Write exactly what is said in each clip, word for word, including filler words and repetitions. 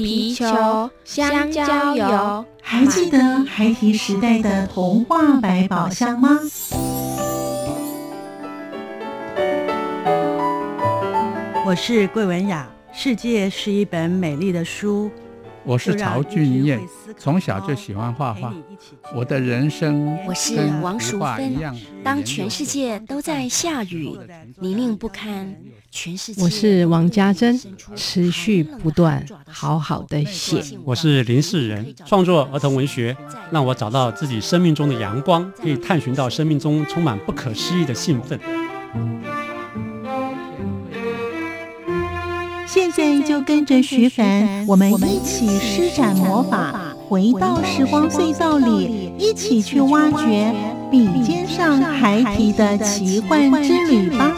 皮球、香蕉油。 还记得孩提时代的童话百宝箱吗？ 我是桂文雅，世界是一本美丽的书。 我是曹俊彦，从小就喜欢画画，我的人生我是王淑芬，当全世界都在下雨，泥泞不堪，全世界。 我是王家珍，持续不断好好的写。 我是林世仁，创作儿童文学让我找到自己生命中的阳光，可以探寻到生命中充满不可思议的兴奋。 现在就跟着徐凡，我们一起施展魔法，回到时光隧道里，一起去挖掘笔尖上孩提的奇幻之旅吧。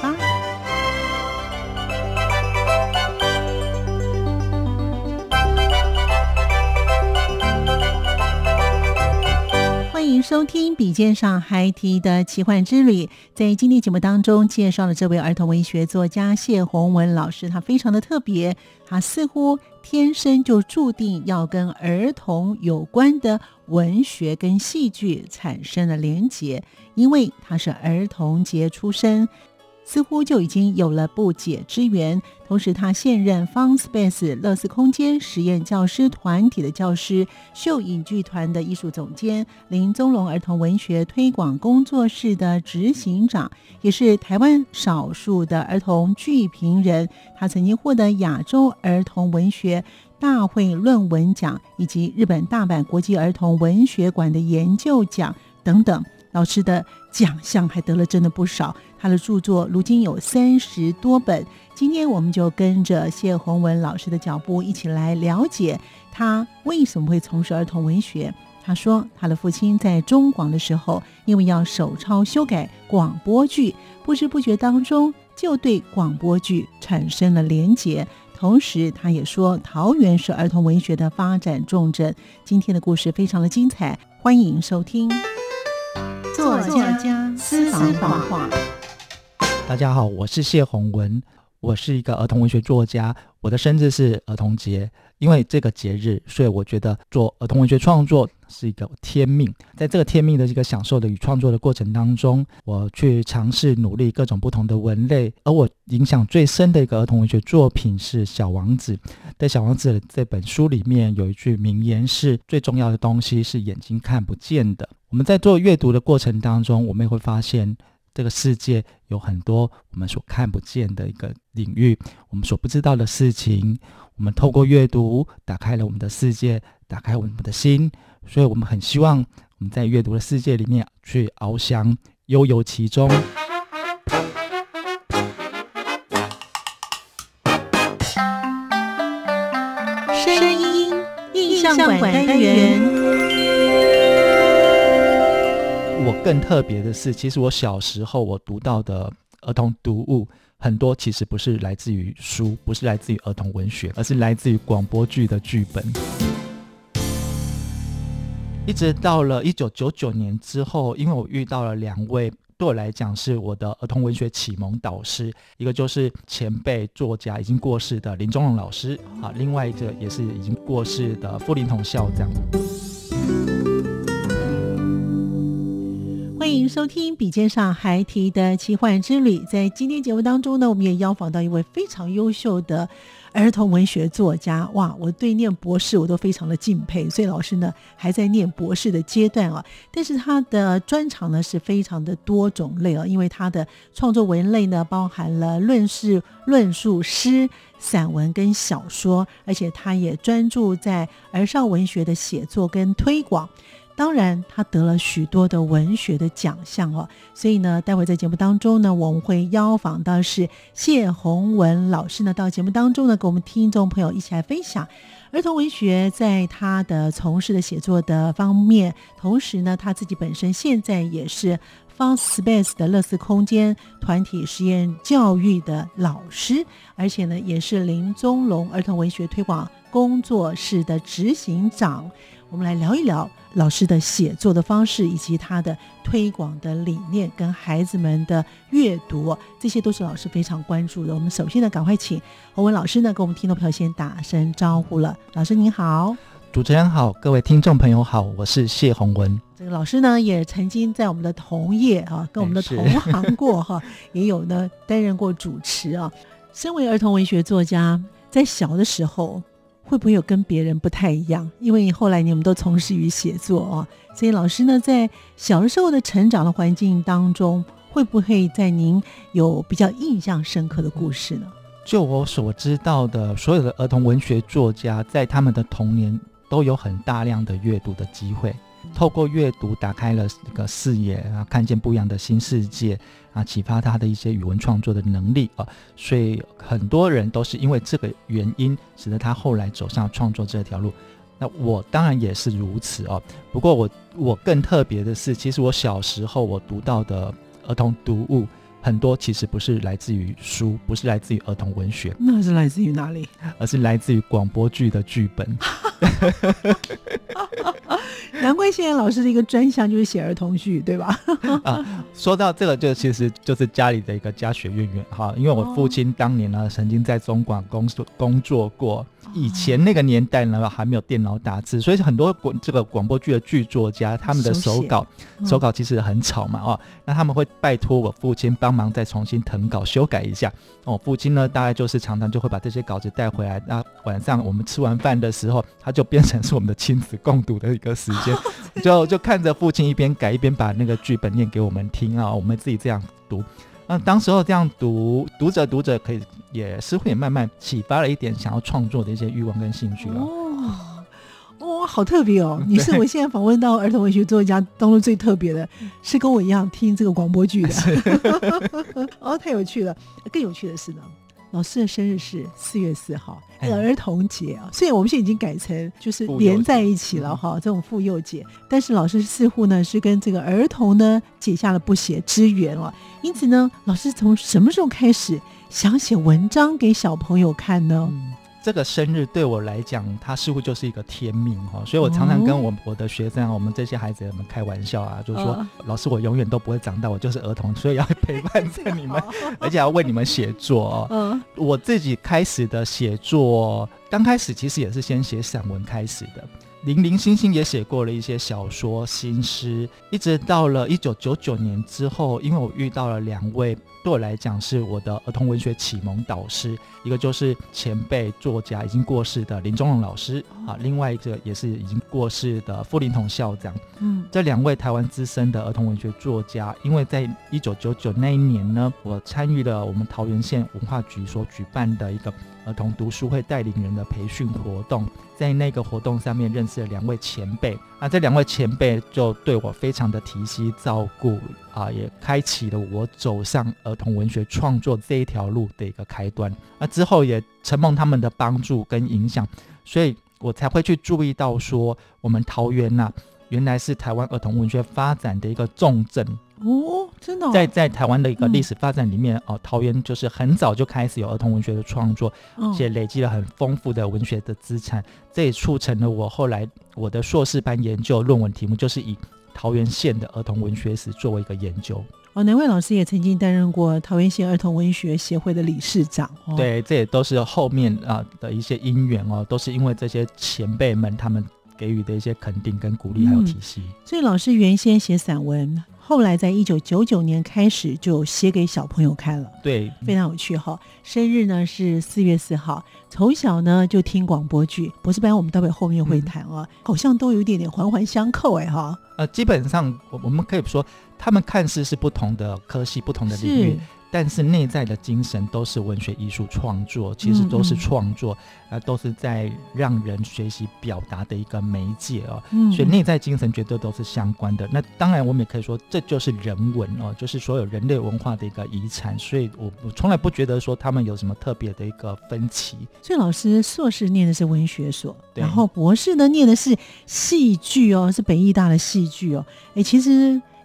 欢迎收听笔尖上孩提的奇幻之旅。在今天节目当中介绍了这位儿童文学作家谢宏文老师，他非常的特别，他似乎天生就注定要跟儿童有关的文学跟戏剧产生了连结，因为他是儿童节出身，似乎就已经有了不解之缘。同时他现任 Fun Space 乐思空间实验教师团体的教师，秀影剧团的艺术总监，林宗龙儿童文学推广工作室的执行长，也是台湾少数的儿童剧评人。他曾经获得亚洲儿童文学大会论文奖，以及日本大阪国际儿童文学馆的研究奖等等。老师的奖项还得了真的不少，他的著作如今有三十多本。今天我们就跟着谢宏文老师的脚步，一起来了解他为什么会从事儿童文学。他说他的父亲在中广的时候，因为要手抄修改广播剧，不知不觉当中就对广播剧产生了连结。同时他也说桃园是儿童文学的发展重镇。今天的故事非常的精彩，欢迎收听作家私房话。 大家好，我是谢宏文，我是一个儿童文学作家，我的生日是儿童节。因为这个节日，所以我觉得做儿童文学创作是一个天命。在这个天命的一个享受的与创作的过程当中，我去尝试努力各种不同的文类，而我影响最深的一个儿童文学作品是小王子。在小王子这本书里面有一句名言是，最重要的东西是眼睛看不见的。我们在做阅读的过程当中，我们也会发现这个世界有很多我们所看不见的一个领域，我们所不知道的事情，我们透过阅读打开了我们的世界，打开我们的心。所以我们很希望我们在阅读的世界里面去翱翔，悠游其中。 声音印象馆单元。 我更特别的是，其实我小时候我读到的儿童读物很多其实不是来自于书，不是来自于儿童文学，而是来自于广播剧的剧本。一直到了一九九九年之后，因为我遇到了两位对我来讲是我的儿童文学启蒙导师，一个就是前辈作家已经过世的林宗龙老师，另外一个也是已经过世的傅林同校长。 欢迎收听笔尖上孩提的奇幻之旅。在今天节目当中呢，我们也邀访到一位非常优秀的儿童文学作家。哇，我对念博士我都非常的敬佩，所以老师呢还在念博士的阶段啊。但是他的专长呢是非常的多种类啊，因为他的创作文类呢包含了论事、论述、诗、散文跟小说，而且他也专注在儿少文学的写作跟推广。当然他得了许多的文学的奖项哦，所以呢待会在节目当中呢，我们会邀访到是谢宏文老师呢到节目当中呢跟我们听众朋友一起来分享儿童文学在他的从事的写作的方面。同时呢他自己本身现在也是 Fun Space 的乐思空间团体实验教育的老师，而且呢也是林宗龙儿童文学推广工作室的执行长。我们来聊一聊老师的写作的方式，以及他的推广的理念跟孩子们的阅读，这些都是老师非常关注的。我们首先呢，赶快请洪文老师呢跟我们听众朋友先打声招呼了。老师您好。 主持人好，各位听众朋友好，我是谢洪文。 这个老师呢也曾经在我们的同业啊，跟我们的同行过哈，也有呢担任过主持啊。身为儿童文学作家，在小的时候会不会有跟别人不太一样？因为后来你们都从事于写作啊，所以老师呢在小的时候的成长的环境当中，会不会在您有比较印象深刻的故事呢？ 就我所知道的，所有的儿童文学作家在他们的童年都有很大量的阅读的机会，透过阅读打开了一个视野，然后看见不一样的新世界啊，启发他的一些语文创作的能力啊，所以很多人都是因为这个原因，使得他后来走上创作这条路。那我当然也是如此哦。不过我我更特别的是，其实我小时候我读到的儿童读物，很多其实不是来自于书，不是来自于儿童文学， 那是来自于哪里？ 而是来自于广播剧的剧本。 难怪现在老师的一个专项就是写儿童剧，对吧？ 啊，说到这个，就其实就是家里的一个家学渊源哈。因为我父亲当年呢，曾经在中广工作工作过。以前那个年代呢，还没有电脑打字，所以很多这个广播剧的剧作家，他们的手稿手, 手稿其实很吵嘛哦，那他们会拜托我父亲帮忙再重新誊稿修改一下。我父亲呢，大概就是常常就会把这些稿子带回来，那晚上我们吃完饭的时候，他就变成是我们的亲子共读的一个时间，就就看着父亲一边改一边把那个剧本念给我们听啊，我们自己这样读。那当时候这样读读着读着，可以也似乎也慢慢启发了一点想要创作的一些欲望跟兴趣了。 哦哦，好特别哦！你是我现在访问到儿童文学作家当中最特别的，是跟我一样听这个广播剧的。哦，太有趣了！更有趣的是呢，老师的生日是四月四号，儿童节啊。虽然我们现在已经改成就是连在一起了哈，这种妇幼节，但是老师似乎呢是跟这个儿童呢结下了不解之缘哦。因此呢，老师从什么时候开始想写文章给小朋友看呢？ 嗯，这个生日对我来讲，它似乎就是一个天命哈，所以我常常跟我我的学生，我们这些孩子们开玩笑啊，就是说，哦、老师我永远都不会长大，我就是儿童，所以要陪伴着你们，而且要为你们写作哦。嗯，我自己开始的写作，刚开始其实也是先写散文开始的。零零星星也写过了一些小说新诗，一直到了一九九九年之后，因为我遇到了两位对我来讲是我的儿童文学启蒙导师，一个就是前辈作家已经过世的林宗龙老师、哦、啊，另外一个也是已经过世的傅林统校长。嗯，这两位台湾资深的儿童文学作家，因为在一九九九那一年呢，我参与了我们桃园县文化局所举办的一个儿童读书会带领人的培训活动，在那个活动上面认识了两位前辈，那这两位前辈就对我非常的提携照顾啊，也开启了我走上儿童文学创作这一条路的一个开端。那之后也承蒙他们的帮助跟影响，所以我才会去注意到说，我们桃园啊，原来是台湾儿童文学发展的一个重镇哦，真的、哦、 在在台湾的一个历史发展里面、嗯哦、桃园就是很早就开始有儿童文学的创作，而且累积了很丰富的文学的资产，这也促成了我后来我的硕士班研究论文题目就是以桃园县的儿童文学史作为一个研究。 哦，南位老师也曾经担任过桃园县儿童文学协会的理事长、哦、 对，这也都是后面、啊、的一些因缘哦，都是因为这些前辈们他们给予的一些肯定跟鼓励还有体系、嗯、 所以老师原先写散文，后来在一九九九年开始就写给小朋友看了。 对， 非常有趣哈。生日呢是四月四号，从小呢就听广播剧，博士班我们待会后面会谈啊、嗯，好像都有一点点环环相扣哎哈。 呃，基本上我们可以说，他们看似是不同的科系、不同的领域，但是内在的精神都是文学艺术创作，其实都是创作，嗯嗯呃、都是在让人学习表达的一个媒介哦。嗯嗯，所以内在精神绝对都是相关的。那当然，我们也可以说，这就是人文哦，就是所有人类文化的一个遗产。所以我我从来不觉得说他们有什么特别的一个分歧。 所以老师硕士念的是文学所，然后博士呢念的是戏剧哦，是北艺大的戏剧哦。哎，其实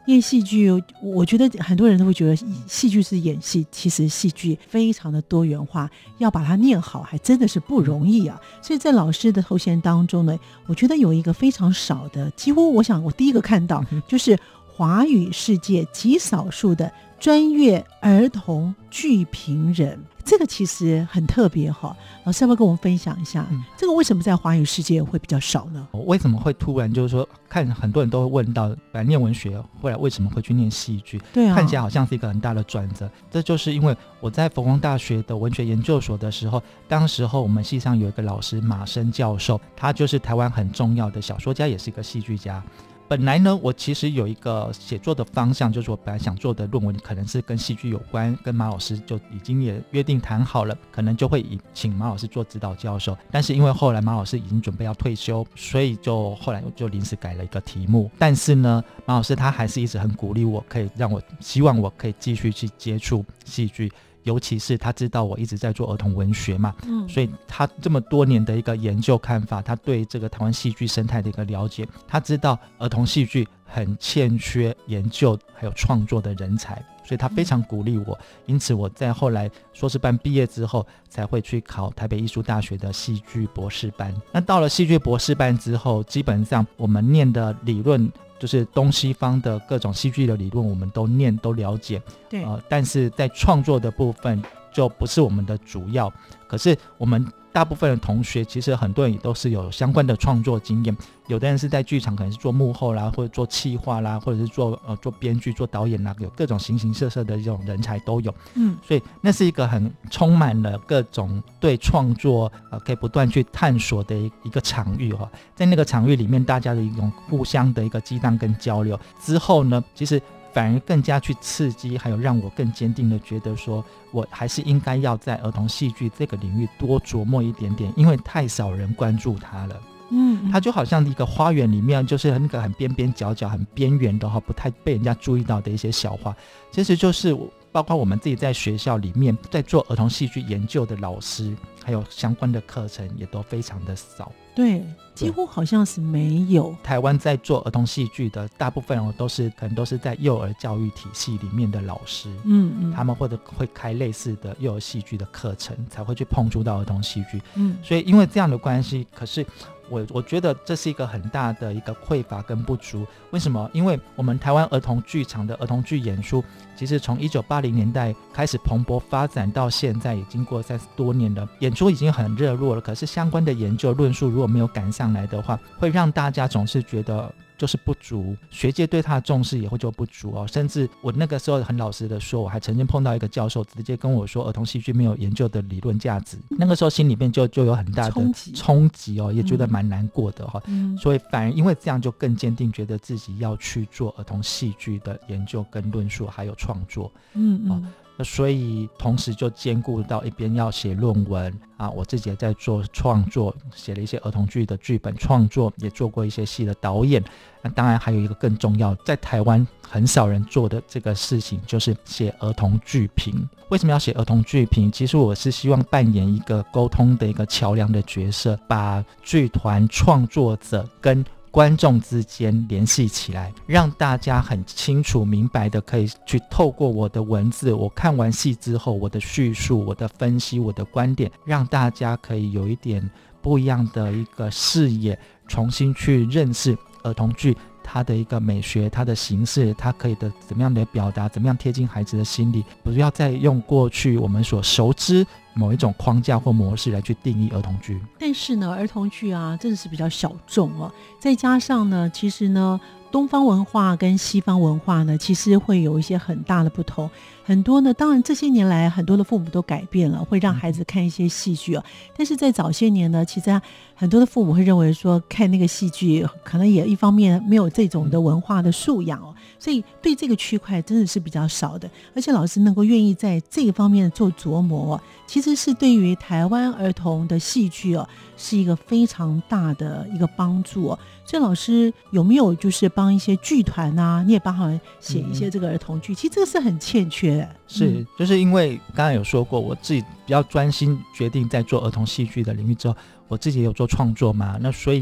念戏剧，我觉得很多人都会觉得戏剧是演戏，其实戏剧非常的多元化，要把它念好还真的是不容易啊。所以在老师的头衔当中呢，我觉得有一个非常少的，几乎我想我第一个看到就是华语世界极少数的专业儿童剧评人，这个其实很特别哈。老师要不要跟我们分享一下、嗯、这个为什么在华语世界会比较少呢？ 为什么会突然就是说，看很多人都会问到，本来念文学后来为什么会去念戏剧？对啊，看起来好像是一个很大的转折。这就是因为我在佛光大学的文学研究所的时候，当时候我们系上有一个老师马生教授，他就是台湾很重要的小说家，也是一个戏剧家。本来呢，我其实有一个写作的方向，就是我本来想做的论文可能是跟戏剧有关，跟马老师就已经也约定谈好了，可能就会请马老师做指导教授。但是因为后来马老师已经准备要退休，所以就后来就临时改了一个题目。但是呢，马老师他还是一直很鼓励我，可以让我希望我可以继续去接触戏剧。尤其是他知道我一直在做儿童文学嘛、嗯、所以他这么多年的一个研究看法，他对这个台湾戏剧生态的一个了解，他知道儿童戏剧很欠缺研究还有创作的人才，所以他非常鼓励我。因此我在后来硕士班毕业之后才会去考台北艺术大学的戏剧博士班。那到了戏剧博士班之后，基本上我们念的理论就是东西方的各种戏剧的理论我们都念都了解，对、呃，但是在创作的部分就不是我们的主要。可是我们大部分的同学其实很多人也都是有相关的创作经验，有的人是在剧场可能是做幕后啦，或者做企划啦，或者是做呃做编剧做导演啦，有各种形形色色的这种人才都有。嗯，所以那是一个很充满了各种对创作呃可以不断去探索的一个场域哈、哦。在那个场域里面，大家的一种互相的一个激荡跟交流之后呢，其实反而更加去刺激，还有让我更坚定的觉得说我还是应该要在儿童戏剧这个领域多琢磨一点点，因为太少人关注它了。嗯，它就好像一个花园里面，就是那个很边边角角很边缘的不太被人家注意到的一些小花，其实就是包括我们自己在学校里面在做儿童戏剧研究的老师还有相关的课程也都非常的少。 对，几乎好像是没有。 台湾在做儿童戏剧的大部分人都是可能都是在幼儿教育体系里面的老师，嗯嗯，他们或者会开类似的幼儿戏剧的课程，才会去碰触到儿童戏剧。嗯，所以因为这样的关系，可是我我觉得这是一个很大的一个匮乏跟不足。为什么？因为我们台湾儿童剧场的儿童剧演出，其实从一九八零年代开始蓬勃发展到现在，也经过三十多年了，演出已经很热络了。可是相关的研究论述如果没有赶上来的话，会让大家总是觉得就是不足，学界对他的重视也会就不足哦。甚至我那个时候很老实的说，我还曾经碰到一个教授直接跟我说儿童戏剧没有研究的理论价值，那个时候心里面就就有很大的冲击冲击哦，也觉得蛮难过的哈、嗯。所以反而因为这样就更坚定觉得自己要去做儿童戏剧的研究跟论述还有创作。嗯嗯。哦，所以同时就兼顾到一边要写论文啊，我自己也在做创作，写了一些儿童剧的剧本创作，也做过一些戏的导演。那当然还有一个更重要，在台湾很少人做的这个事情，就是写儿童剧评。为什么要写儿童剧评？其实我是希望扮演一个沟通的一个桥梁的角色，把剧团创作者跟观众之间联系起来，让大家很清楚明白的可以去透过我的文字，我看完戏之后我的叙述我的分析我的观点，让大家可以有一点不一样的一个视野，重新去认识儿童剧它的一个美学，它的形式，它可以的怎么样的表达，怎么样贴近孩子的心理，不要再用过去我们所熟知某一种框架或模式来去定义儿童剧。 但是呢，儿童剧啊真的是比较小众哦，再加上呢，其实呢东方文化跟西方文化呢其实会有一些很大的不同。很多呢，当然这些年来很多的父母都改变了，会让孩子看一些戏剧哦。但是在早些年呢，其实很多的父母会认为说看那个戏剧可能也一方面没有这种的文化的素养哦，所以对这个区块真的是比较少的。而且老师能够愿意在这个方面做琢磨哦，其实是对于台湾儿童的戏剧哦是一个非常大的一个帮助哦。所以老师有没有就是帮一些剧团啊，你也帮他们写一些这个儿童剧、嗯、其实这个是很欠缺的。 是，就是因为刚才有说过，我自己比较专心决定在做儿童戏剧的领域之后，我自己也有做创作嘛，那所以呢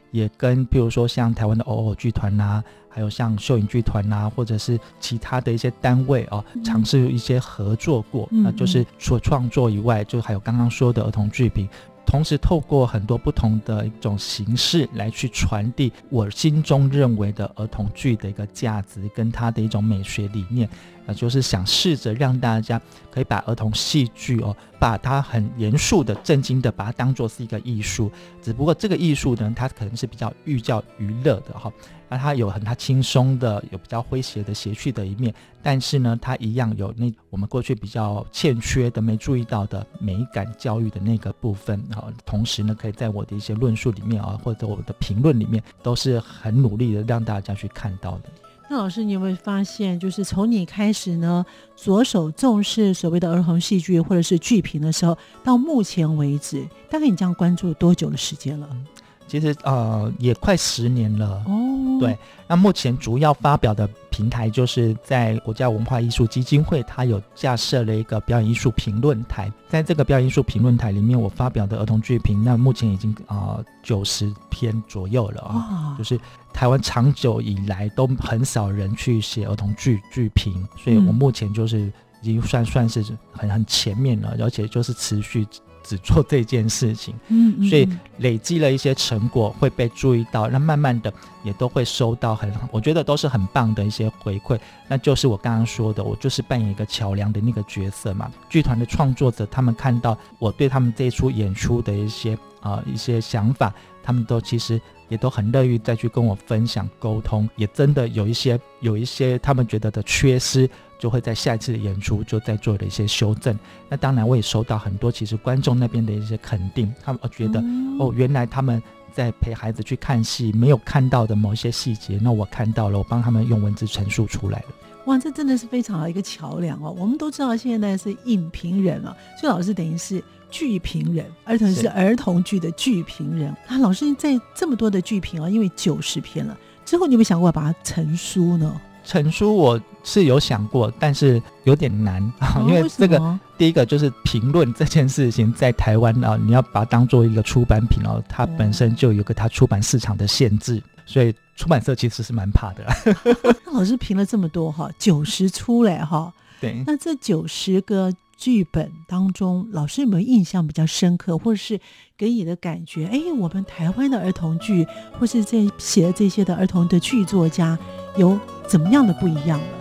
也跟譬如说像台湾的偶偶剧团啊，还有像秀影剧团啊，或者是其他的一些单位啊，尝试一些合作过，那、嗯、就是除了创作以外，就还有刚刚说的儿童剧评，同时透过很多不同的一种形式来去传递我心中认为的儿童剧的一个价值跟它的一种美学理念，呃，就是想试着让大家可以把儿童戏剧哦，把它很严肃的、正经的把它当作是一个艺术，只不过这个艺术呢，它可能是比较寓教于乐的哈。那它有很它轻松的，有比较诙谐的谐趣的一面，但是呢它一样有那我们过去比较欠缺的没注意到的美感教育的那个部分，同时呢可以在我的一些论述里面啊，或者我的评论里面都是很努力的让大家去看到的。 那老师你有没有发现，就是从你开始呢着手重视所谓的儿童戏剧或者是剧评的时候，到目前为止大概你这样关注多久的时间了？ 其实呃也快十年了哦。对，那目前主要发表的平台就是在国家文化艺术基金会，它有架设了一个表演艺术评论台，在这个表演艺术评论台里面，我发表的儿童剧评，那目前已经啊九十篇左右了啊，就是台湾长久以来都很少人去写儿童剧剧评，所以我目前就是已经算算是很很前面了，而且就是持续只做这件事情，嗯嗯嗯，所以累积了一些成果会被注意到，那慢慢的也都会收到很我觉得都是很棒的一些回馈，那就是我刚刚说的，我就是扮演一个桥梁的那个角色嘛。剧团的创作者他们看到我对他们这一出演出的一些呃一些想法，他们都其实也都很乐意再去跟我分享沟通，也真的有一些有一些他们觉得的缺失，就会在下一次的演出就再做了一些修正。那当然我也收到很多其实观众那边的一些肯定，他们觉得、嗯、哦原来他们在陪孩子去看戏没有看到的某一些细节，那我看到了，我帮他们用文字陈述出来了。 哇，这真的是非常好的一个桥梁哦。我们都知道现在是影评人了，所以老师等于是剧评人，儿童是儿童剧的剧评人。那老师在这么多的剧评啊，因为九十篇了之后，你有没有想过把它成书呢？ 成书我是有想过，但是有点难、哦、因为这个第一个就是评论这件事情在台湾啊，你要把它当做一个出版品哦，它本身就有个它出版市场的限制，所以出版社其实是蛮怕的、啊、 那老师评了这么多哈，九十出来哈，对，那这九十个剧本当中，老师有没有印象比较深刻，或者是给你的感觉，哎，我们台湾的儿童剧或是在写的这些的儿童的剧作家有怎么样的不一样了？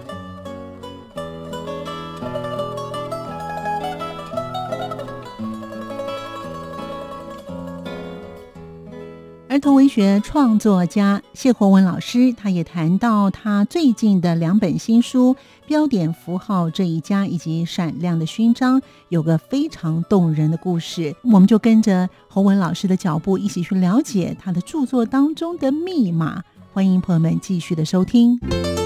儿童文学创作家谢宏文老师，他也谈到他最近的两本新书《标点符号这一家》以及《闪亮的勋章》，有个非常动人的故事。我们就跟着宏文老师的脚步，一起去了解他的著作当中的密码。欢迎朋友们继续的收听。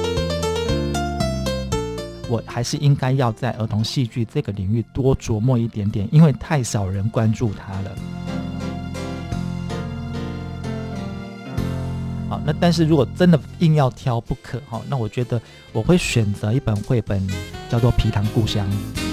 我还是应该要在儿童戏剧这个领域多琢磨一点点，因为太少人关注它了。好，那但是如果真的硬要挑不可，那我觉得我会选择一本绘本，叫做《皮糖故乡》。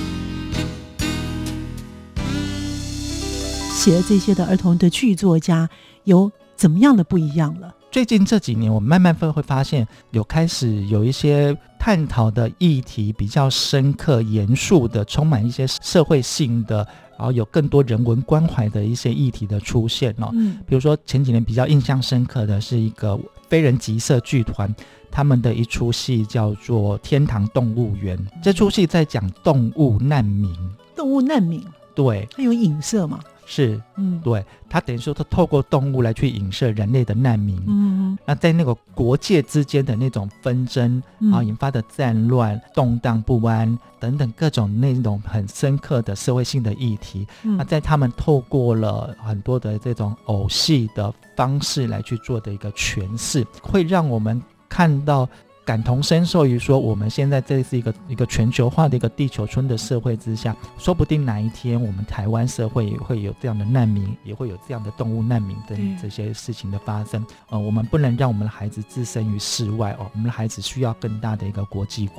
写了这些的儿童的剧作家有怎么样的不一样了？ 最近这几年我慢慢会发现有开始有一些探讨的议题比较深刻严肃的，充满一些社会性的，然后有更多人文关怀的一些议题的出现、哦嗯、比如说前几年比较印象深刻的是一个非人集社剧团，他们的一出戏叫做《天堂动物园》，这出戏在讲动物难民。 动物难民，对，它有影射嘛？ 是，嗯，对，他等于说他透过动物来去影射人类的难民，嗯，那在那个国界之间的那种纷争、嗯、啊引发的战乱、动荡不安等等各种那种很深刻的社会性的议题，嗯、那在他们透过了很多的这种偶戏的方式来去做的一个诠释，会让我们看到感同身受于说我们现在这是一个一个全球化的一个地球村的社会之下，说不定哪一天我们台湾社会也会有这样的难民，也会有这样的动物难民的这些事情的发生、呃、我们不能让我们的孩子置身于世外、哦、我们的孩子需要更大的一个国际观，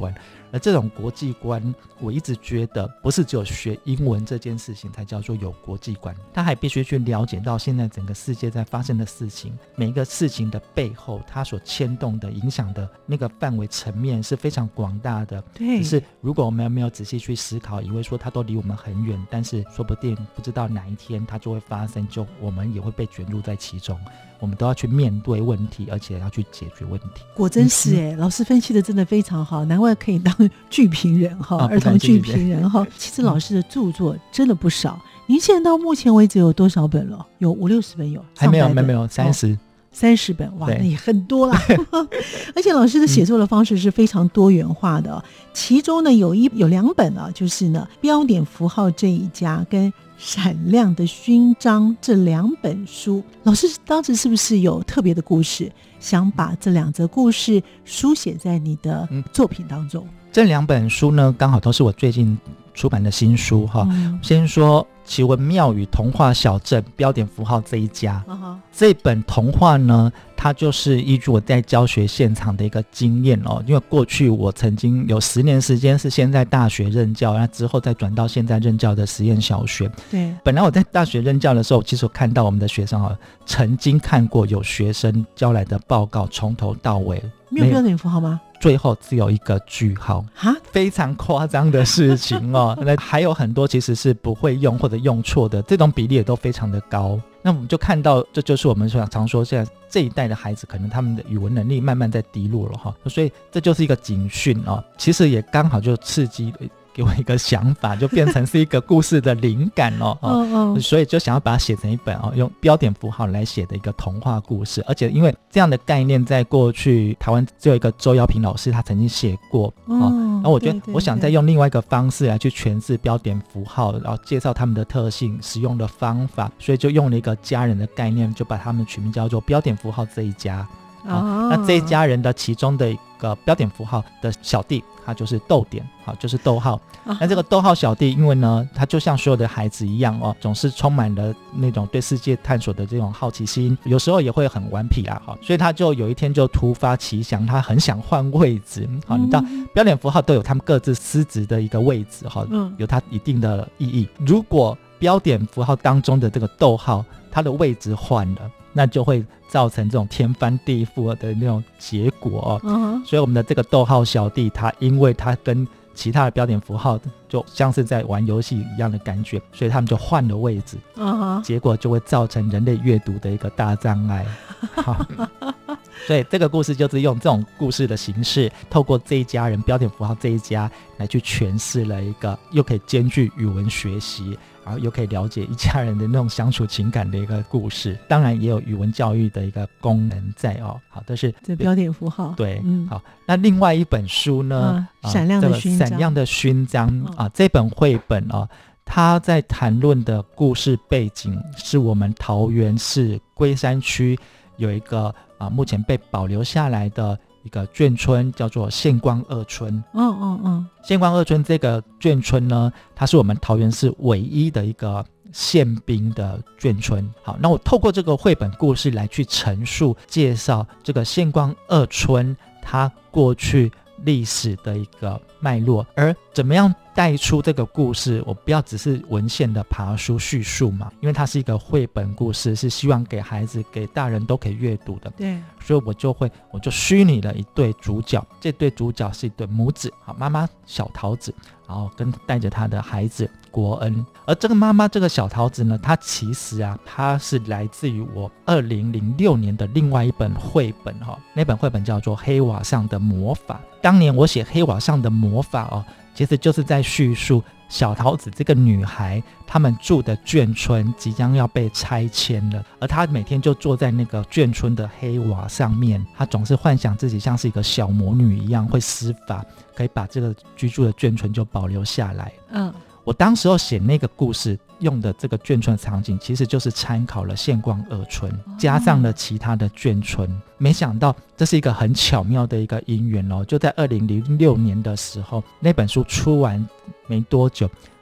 而这种国际观，我一直觉得不是只有学英文这件事情才叫做有国际观，他还必须去了解到现在整个世界在发生的事情，每一个事情的背后它所牵动的影响的那个范围层面是非常广大的。 对， 只是如果我们没有仔细去思考，以为说它都离我们很远，但是说不定不知道哪一天它就会发生，就我们也会被卷入在其中，我们都要去面对问题，而且要去解决问题。 果真是耶、嗯、老师分析的真的非常好，难怪可以当剧评人哈、 啊， 儿童剧评人哈。其实老师的著作真的不少，您现在到目前为止有多少本了？有五六十本有？ 还没有，没有，没有，三十。哦三十本，哇，那也很多啦。而且老师的写作的方式是非常多元化的、哦嗯、其中呢有一有两本啊，就是呢标点符号这一家跟闪亮的勋章这两本书，老师当时是不是有特别的故事，想把这两则故事书写在你的作品当中？嗯、 这两本书呢，刚好都是我最近出版的新书哈、嗯。先说奇闻妙语童话小镇标点符号这一家、uh-huh. 这本童话呢，它就是依据我在教学现场的一个经验哦，因为过去我曾经有十年时间是先在大学任教，然后之后再转到现在任教的实验小学。 对， 本来我在大学任教的时候，其实我看到我们的学生哦，曾经看过有学生交来的报告从头到尾没有标点符号吗？ 最后只有一个句号，非常夸张的事情哦。那还有很多其实是不会用或者用错的，这种比例也都非常的高。那我们就看到，这就是我们常说现在这一代的孩子，可能他们的语文能力慢慢在低落了哈。所以这就是一个警讯哦。其实也刚好就刺激了给我一个想法，就变成是一个故事的灵感哦，哦哦所以就想要把它写成一本哦，用标点符号来写的一个童话故事。而且因为这样的概念在过去台湾只有一个周瑶平老师他曾经写过哦，然后我觉得我想再用另外一个方式来去诠释标点符号，然后介绍他们的特性、使用的方法，所以就用了一个家人的概念，就把他们取名叫做标点符号这一家。哦，那这一家人的其中的一个标点符号的小弟，他就是逗点，好，就是逗号。那这个逗号小弟，因为呢，他就像所有的孩子一样哦，总是充满了那种对世界探索的这种好奇心，有时候也会很顽皮啊，哈，所以他就有一天就突发奇想，他很想换位置。好，你知道标点符号都有他们各自司职的一个位置，哈，有它一定的意义。如果标点符号当中的这个逗号，它的位置换了，那就会造成这种天翻地覆的那种结果、哦 uh-huh. 所以我们的这个逗号小弟，他因为他跟其他的标点符号就像是在玩游戏一样的感觉，所以他们就换了位置、uh-huh. 结果就会造成人类阅读的一个大障碍所以这个故事就是用这种故事的形式，透过这一家人标点符号这一家来去诠释了一个又可以兼具语文学习，然后又可以了解一家人的那种相处情感的一个故事，当然也有语文教育的一个功能在哦。好，但是这标点符号对、嗯、好。那另外一本书呢、 啊、闪亮的勋章、 这个、闪亮的勋章、嗯、啊，这本绘本哦，它在谈论的故事背景是我们桃园市龟山区有一个啊，目前被保留下来的一个眷村，叫做县光二村。 嗯嗯嗯， 县光二村这个眷村呢，它是我们桃园市唯一的一个宪兵的眷村。好，那我透过这个绘本故事来去陈述介绍这个县光二村它过去历史的一个脉络，而怎么样带出这个故事，我不要只是文献的爬书叙述嘛，因为它是一个绘本故事，是希望给孩子给大人都可以阅读的。 对， 所以我就会我就虚拟了一对主角，这对主角是一对母子，好，妈妈小桃子，然后跟带着他的孩子国恩。而这个妈妈这个小桃子呢，她其实啊，她是来自于我二零零六年的另外一本绘本哈、哦，那本绘本叫做《黑瓦上的魔法》。当年我写《黑瓦上的魔法》哦，其实就是在叙述小桃子这个女孩他们住的眷村即将要被拆迁了，而她每天就坐在那个眷村的黑瓦上面，她总是幻想自己像是一个小魔女一样会施法，可以把这个居住的眷村就保留下来。嗯，我当时候写那个故事用的这个眷村的场景，其实就是参考了县光二村，加上了其他的眷村。没想到这是一个很巧妙的一个因缘哦，就在二零零六年的时候，那本书出完没多久，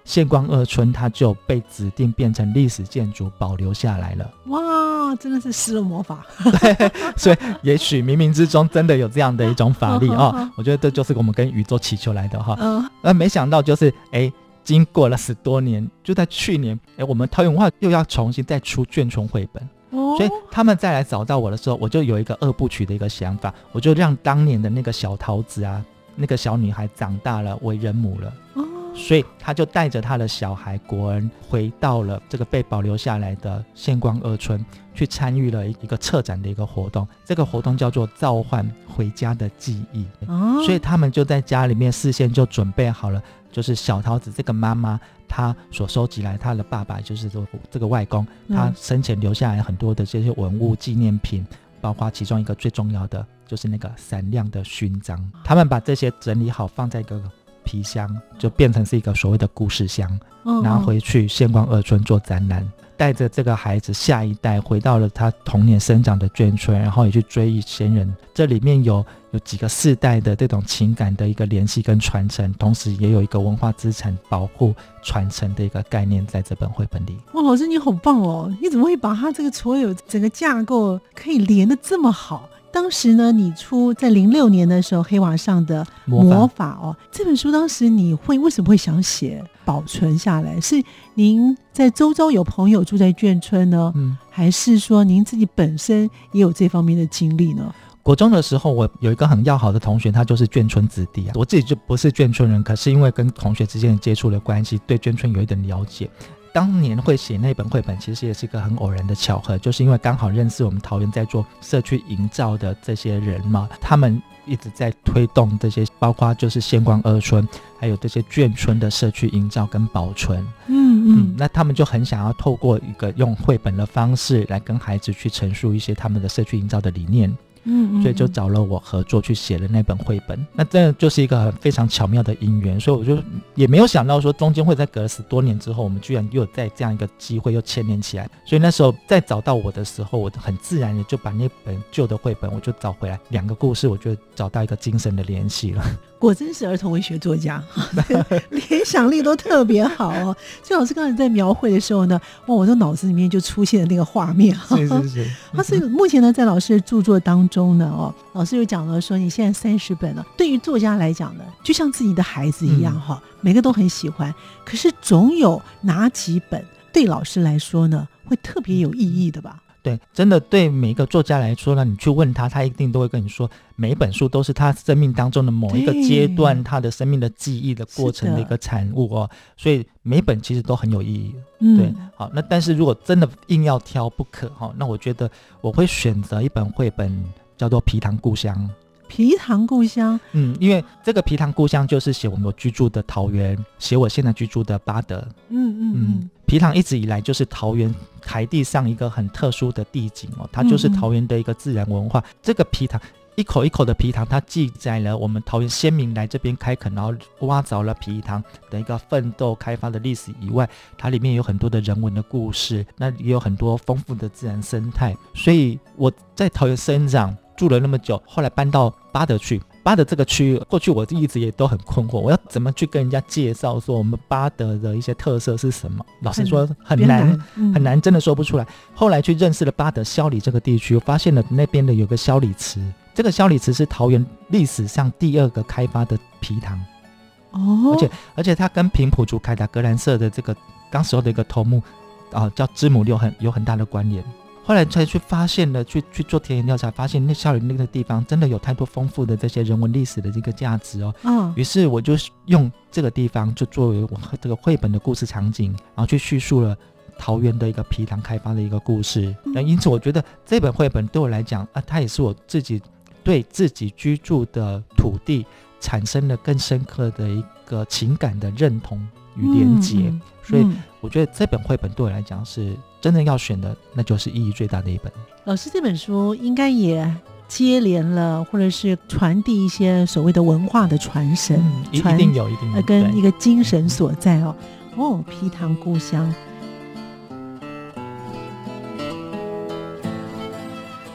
县光二村它就被指定变成历史建筑保留下来了。 哇，真的是施了魔法。 对，所以也许冥冥之中真的有这样的一种法力哦。我觉得这就是我们跟宇宙祈求来的哈。嗯，那没想到就是哎，经过了十多年，就在去年，哎，我们桃园文化又要重新再出眷村绘本。所以他们再来找到我的时候，我就有一个二部曲的一个想法，我就让当年的那个小桃子啊，那个小女孩长大了为人母了，哦，所以他就带着他的小孩国恩回到了这个被保留下来的县光二村，去参与了一个策展的一个活动，这个活动叫做召唤回家的记忆，哦，所以他们就在家里面事先就准备好了，就是小桃子这个妈妈他所收集来，他的爸爸就是这个外公，他生前留下来很多的这些文物纪念品，包括其中一个最重要的就是那个闪亮的勋章，他们把这些整理好放在一个皮箱，就变成是一个所谓的故事箱，拿回去县光二村做展览，带着这个孩子下一代回到了他童年生长的眷村，然后也去追忆先人，这里面有有几个世代的这种情感的一个联系跟传承，同时也有一个文化资产保护传承的一个概念在这本绘本里。 哇，老师你好棒哦，你怎么会把他这个所有整个架构可以连得这么好？当时呢，你出在零六年的时候，黑瓦上的魔法哦，这本书当时你会为什么会想写保存下来？是您在周遭有朋友住在眷村呢，嗯，还是说您自己本身也有这方面的经历呢？ 国中的时候，我有一个很要好的同学，他就是眷村子弟啊。我自己就不是眷村人，可是因为跟同学之间的接触的关系，对眷村有一点了解。当年会写那本绘本其实也是一个很偶然的巧合，就是因为刚好认识我们桃园在做社区营造的这些人嘛，他们一直在推动这些，包括就是县光二村还有这些眷村的社区营造跟保存。嗯嗯，那他们就很想要透过一个用绘本的方式来跟孩子去陈述一些他们的社区营造的理念。嗯，所以就找了我合作去写了那本绘本，那这就是一个非常巧妙的因缘，所以我就也没有想到说中间会在隔了十多年之后，我们居然又有在这样一个机会又牵连起来，所以那时候在找到我的时候，我很自然的就把那本旧的绘本我就找回来，两个故事我就找到一个精神的联系了。 果真是儿童文学作家，联想力都特别好哦。所以老师刚才在描绘的时候呢，哇，我的脑子里面就出现了那个画面。是是是。他是目前呢，在老师的著作当中呢，哦，老师有讲了说，你现在三十本了，对于作家来讲呢，就像自己的孩子一样哈，嗯，每个都很喜欢。可是总有哪几本对老师来说呢，会特别有意义的吧？ 对，真的对每一个作家来说呢，你去问他，他一定都会跟你说，每一本书都是他生命当中的某一个阶段，他的生命的记忆的过程的一个产物哦，所以每一本其实都很有意义。嗯，对，好，那但是如果真的硬要挑不可哈，那我觉得我会选择一本绘本叫做《皮塘故乡》。 皮塘故乡， 嗯，因为这个皮塘故乡就是写我们居住的桃园，写我现在居住的八德。嗯嗯嗯，皮塘一直以来就是桃园台地上一个很特殊的地景哦，它就是桃园的一个自然文化。嗯嗯，这个皮塘一口一口的皮塘，它记载了我们桃园先民来这边开垦，然后挖凿了皮塘的一个奋斗开发的历史以外，它里面有很多的人文的故事，那也有很多丰富的自然生态。所以我在桃园生长住了那么久，后来搬到八德去，八德这个区域过去我一直也都很困惑，我要怎么去跟人家介绍说我们八德的一些特色是什么，老实说很难、嗯、很难，真的说不出来。后来去认识了八德萧里这个地区，我发现了那边的有个萧里池，这个萧里池是桃园历史上第二个开发的皮塘哦，而且而且它跟平埔族凯达格兰社的这个当时候的一个头目啊、呃、叫知母六很有很大的关联。后来才去发现了，去去做田野调查，发现那萧里那个地方真的有太多丰富的这些人文历史的这个价值哦。嗯，于是我就用这个地方就作为我这个绘本的故事场景，然后去叙述了桃园的一个皮塘开发的一个故事。那因此我觉得这本绘本对我来讲啊，它也是我自己对自己居住的土地产生了更深刻的一个情感的认同与连结。嗯嗯，所以我觉得这本绘本对我来讲是真正要选的，那就是意义最大的一本。 老师这本书应该也接连了或者是传递一些所谓的文化的传承、嗯、 一定有一定有跟一个精神所在哦。哦，皮塘故乡。儿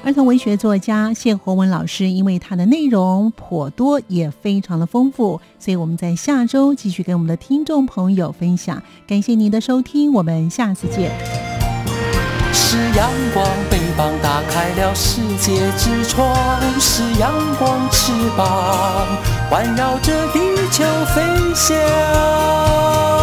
儿童文学作家谢宏文老师，因为他的内容颇多也非常的丰富，所以我们在下周继续跟我们的听众朋友分享。感谢您的收听，我们下次见。 是阳光翅膀打开了世界之窗，是阳光翅膀环绕着地球飞翔。